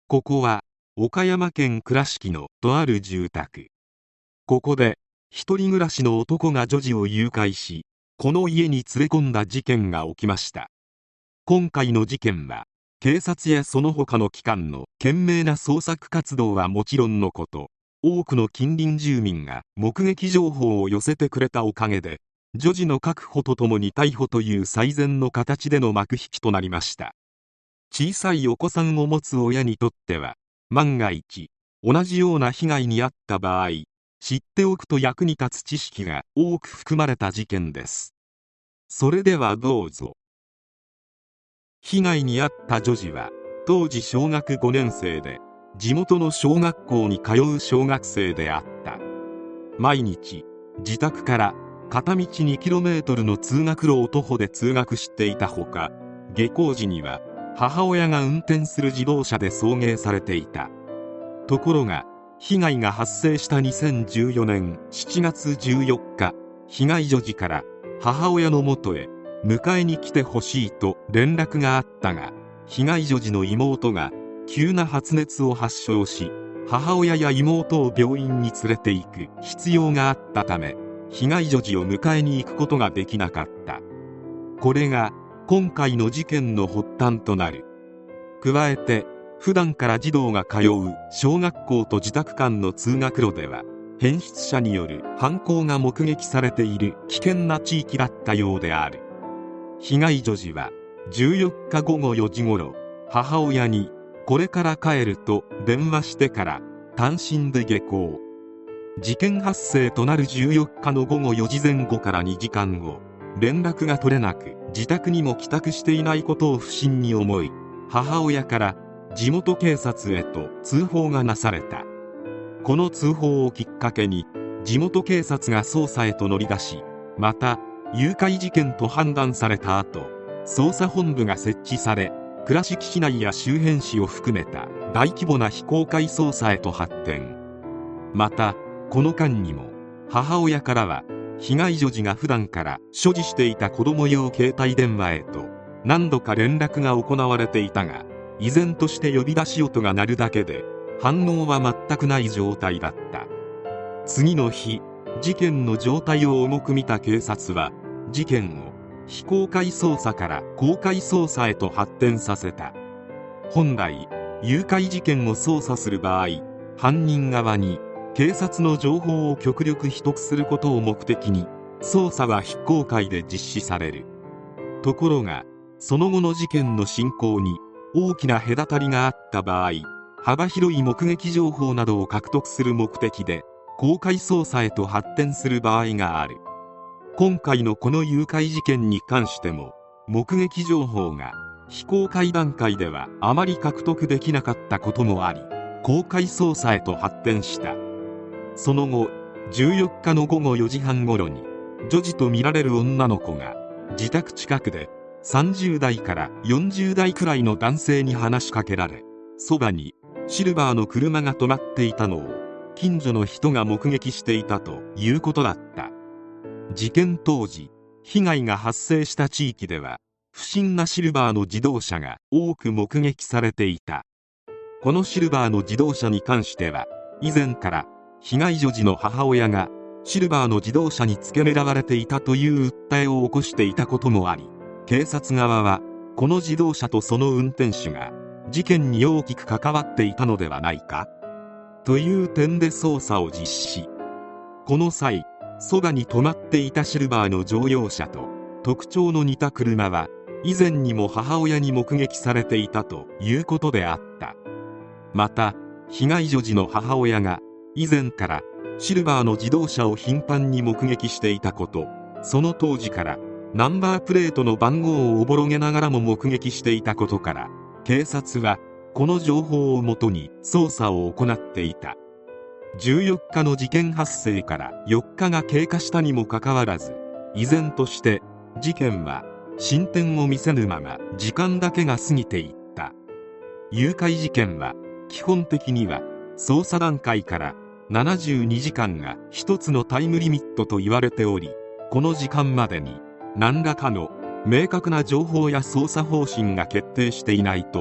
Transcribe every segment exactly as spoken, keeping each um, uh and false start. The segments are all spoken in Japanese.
ここは岡山県倉敷のとある住宅。ここで一人暮らしの男が女児を誘拐し、この家に連れ込んだ事件が起きました。今回の事件は警察やその他の機関の懸命な捜索活動はもちろんのこと、多くの近隣住民が目撃情報を寄せてくれたおかげで、女児の確保とともに逮捕という最善の形での幕引きとなりました。小さいお子さんを持つ親にとっては、万が一同じような被害に遭った場合、知っておくと役に立つ知識が多く含まれた事件です。それではどうぞ。被害に遭った女児は当時小学ごねん生で、地元の小学校に通う小学生であった。毎日自宅から片道 にキロメートル の通学路を徒歩で通学していたほか、下校時には母親が運転する自動車で送迎されていた。ところが被害が発生したにせんじゅうよねんしちがつじゅうよっか、被害女児から母親の元へ迎えに来てほしいと連絡があったが、被害女児の妹が急な発熱を発症し、母親や妹を病院に連れて行く必要があったため、被害女児を迎えに行くことができなかった。これが今回の事件の発端となる。加えて普段から児童が通う小学校と自宅間の通学路では、変質者による犯行が目撃されている危険な地域だったようである。被害女児はじゅうよっかごごよじ頃、母親にこれから帰ると電話してから単身で下校。事件発生となるじゅうよっかのごごよじぜん後からにじかんご、連絡が取れなく自宅にも帰宅していないことを不審に思い、母親から地元警察へと通報がなされた。この通報をきっかけに地元警察が捜査へと乗り出し、また誘拐事件と判断された後、捜査本部が設置され、倉敷市内や周辺市を含めた大規模な非公開捜査へと発展。またこの間にも母親からは、被害女児が普段から所持していた子供用携帯電話へと何度か連絡が行われていたが、依然として呼び出し音が鳴るだけで反応は全くない状態だった。次の日、事件の状態を重く見た警察は、事件を非公開捜査から公開捜査へと発展させた。本来誘拐事件を捜査する場合、犯人側に警察の情報を極力秘匿することを目的に捜査は非公開で実施される。ところがその後の事件の進行に大きな隔たりがあった場合、幅広い目撃情報などを獲得する目的で公開捜査へと発展する場合がある。今回のこの誘拐事件に関しても、目撃情報が非公開段階ではあまり獲得できなかったこともあり、公開捜査へと発展した。その後、じゅうよっかのごごよじはん頃に女児とみられる女の子が自宅近くでさんじゅうだいからよんじゅうだいくらいの男性に話しかけられ、そばにシルバーの車が止まっていたのを近所の人が目撃していたということだった。事件当時、被害が発生した地域では不審なシルバーの自動車が多く目撃されていた。このシルバーの自動車に関しては、以前から被害女児の母親がシルバーの自動車に付け狙われていたという訴えを起こしていたこともあり、警察側はこの自動車とその運転手が事件に大きく関わっていたのではないかという点で捜査を実施。この際、そばに止まっていたシルバーの乗用車と特徴の似た車は以前にも母親に目撃されていたということであった。また被害女児の母親が以前からシルバーの自動車を頻繁に目撃していたこと、その当時からナンバープレートの番号をおぼろげながらも目撃していたことから、警察はこの情報をもとに捜査を行っていた。じゅうよっかの事件発生からよっかが経過したにもかかわらず、依然として事件は進展を見せぬまま時間だけが過ぎていった。誘拐事件は基本的には捜査段階からななじゅうにじかんが一つのタイムリミットと言われており、この時間までに何らかの明確な情報や捜査方針が決定していないと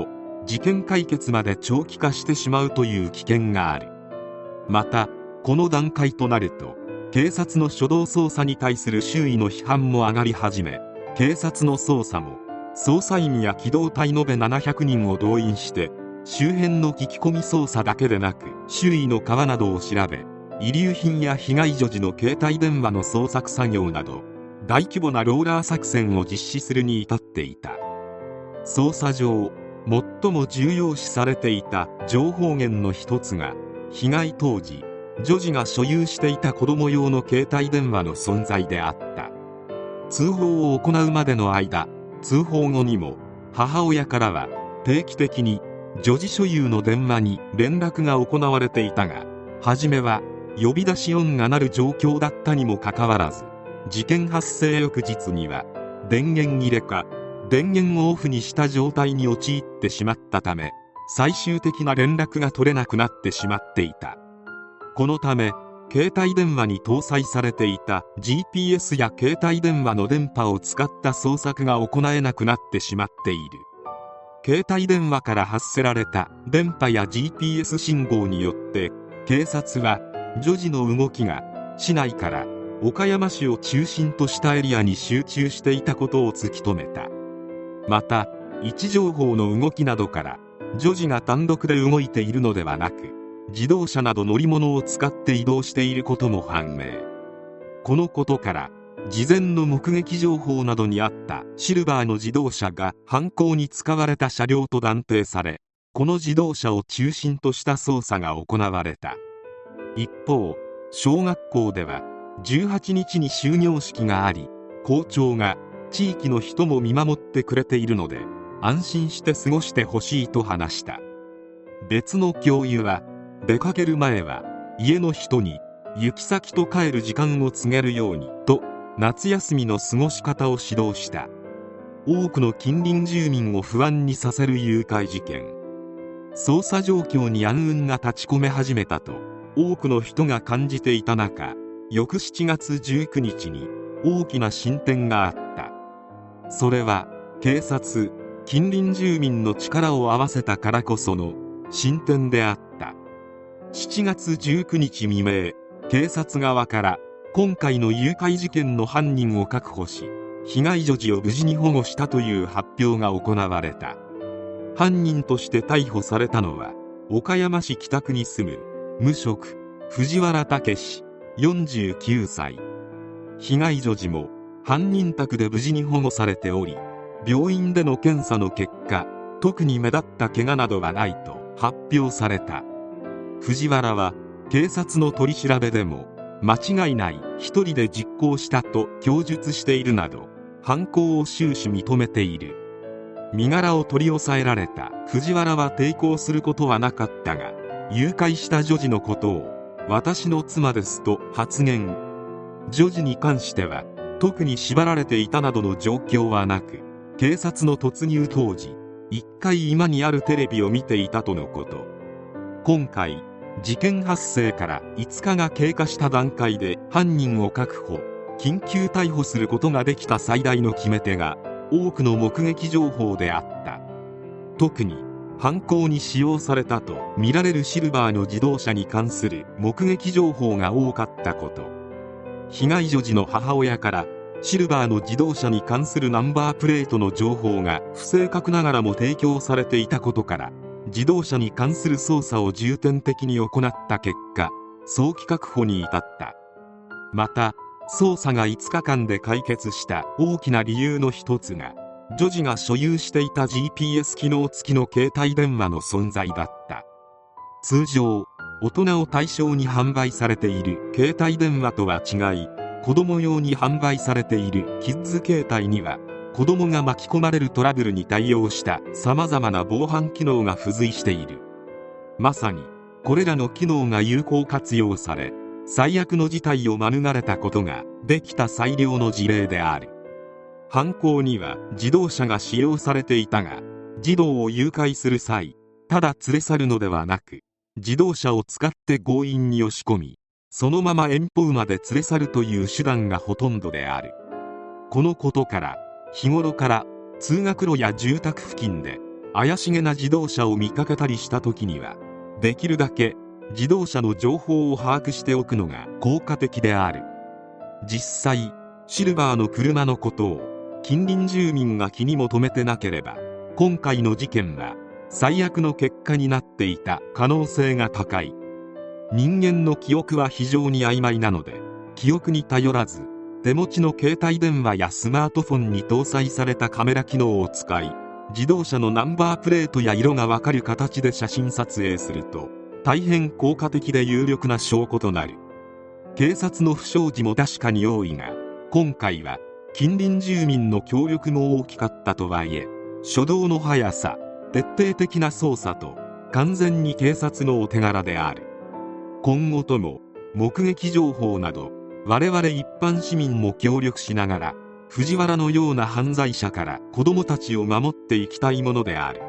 事件解決まで長期化してしまうという危険がある。またこの段階となると警察の初動捜査に対する周囲の批判も上がり始め、警察の捜査も捜査員や機動隊延べななひゃくにんを動員して周辺の聞き込み捜査だけでなく周囲の川などを調べ、遺留品や被害女児の携帯電話の捜索作業など大規模なローラー作戦を実施するに至っていた。捜査上最も重要視されていた情報源の一つが、被害当時女児が所有していた子供用の携帯電話の存在であった。通報を行うまでの間、通報後にも母親からは定期的に女児所有の電話に連絡が行われていたが、初めは呼び出し音が鳴る状況だったにもかかわらず、事件発生翌日には電源切れか電源をオフにした状態に陥ってしまったため、最終的な連絡が取れなくなってしまっていた。このため携帯電話に搭載されていた ジーピーエス や携帯電話の電波を使った捜索が行えなくなってしまっている。携帯電話から発せられた電波や ジーピーエス 信号によって警察は女児の動きが市内から岡山市を中心としたエリアに集中していたことを突き止めた。また位置情報の動きなどから女児が単独で動いているのではなく、自動車など乗り物を使って移動していることも判明。このことから事前の目撃情報などにあったシルバーの自動車が犯行に使われた車両と断定され、この自動車を中心とした捜査が行われた。一方、小学校ではじゅうはちにちに終業式があり、校長が地域の人も見守ってくれているので安心して過ごしてほしいと話した。別の教諭は出かける前は家の人に行き先と帰る時間を告げるようにと夏休みの過ごし方を指導した。多くの近隣住民を不安にさせる誘拐事件。捜査状況に暗雲が立ち込め始めたと多くの人が感じていた中、翌しちがつじゅうくにちに大きな進展があった。それは警察、近隣住民の力を合わせたからこその進展であった。しちがつじゅうくにち未明、警察側から今回の誘拐事件の犯人を確保し、被害女児を無事に保護したという発表が行われた。犯人として逮捕されたのは岡山市北区に住む無職藤原武よんじゅうきゅうさい。被害女児も犯人宅で無事に保護されており、病院での検査の結果、特に目立った怪我などはないと発表された。藤原は警察の取り調べでも間違いない一人で実行したと供述しているなど、犯行を終始認めている。身柄を取り押さえられた藤原は抵抗することはなかったが、誘拐した女児のことを私の妻ですと発言。女児に関しては特に縛られていたなどの状況はなく、警察の突入当時いっかい居間にあるテレビを見ていたとのこと。今回事件発生からいつかが経過した段階で犯人を確保、緊急逮捕することができた最大の決め手が多くの目撃情報であった。特に犯行に使用されたとみられるシルバーの自動車に関する目撃情報が多かったこと、被害女児の母親からシルバーの自動車に関するナンバープレートの情報が不正確ながらも提供されていたことから、自動車に関する捜査を重点的に行った結果、早期確保に至った。また捜査がいつかかんで解決した大きな理由の一つが、女児が所有していた ジーピーエス 機能付きの携帯電話の存在だった。通常大人を対象に販売されている携帯電話とは違い、子供用に販売されているキッズ携帯には子供が巻き込まれるトラブルに対応したさまざまな防犯機能が付随している。まさにこれらの機能が有効活用され、最悪の事態を免れたことができた最良の事例である。犯行には自動車が使用されていたが、児童を誘拐する際、ただ連れ去るのではなく、自動車を使って強引に押し込み、そのまま遠方まで連れ去るという手段がほとんどである。このことから、日頃から通学路や住宅付近で怪しげな自動車を見かけたりした時には、できるだけ自動車の情報を把握しておくのが効果的である。実際シルバーの車のことを近隣住民が気にも留めてなければ、今回の事件は最悪の結果になっていた可能性が高い。人間の記憶は非常に曖昧なので、記憶に頼らず手持ちの携帯電話やスマートフォンに搭載されたカメラ機能を使い、自動車のナンバープレートや色がわかる形で写真撮影すると大変効果的で有力な証拠となる。警察の不祥事も確かに多いが、今回は近隣住民の協力も大きかったとはいえ、初動の速さ、徹底的な捜査と完全に警察のお手柄である。今後とも目撃情報など我々一般市民も協力しながら、藤原のような犯罪者から子どもたちを守っていきたいものである。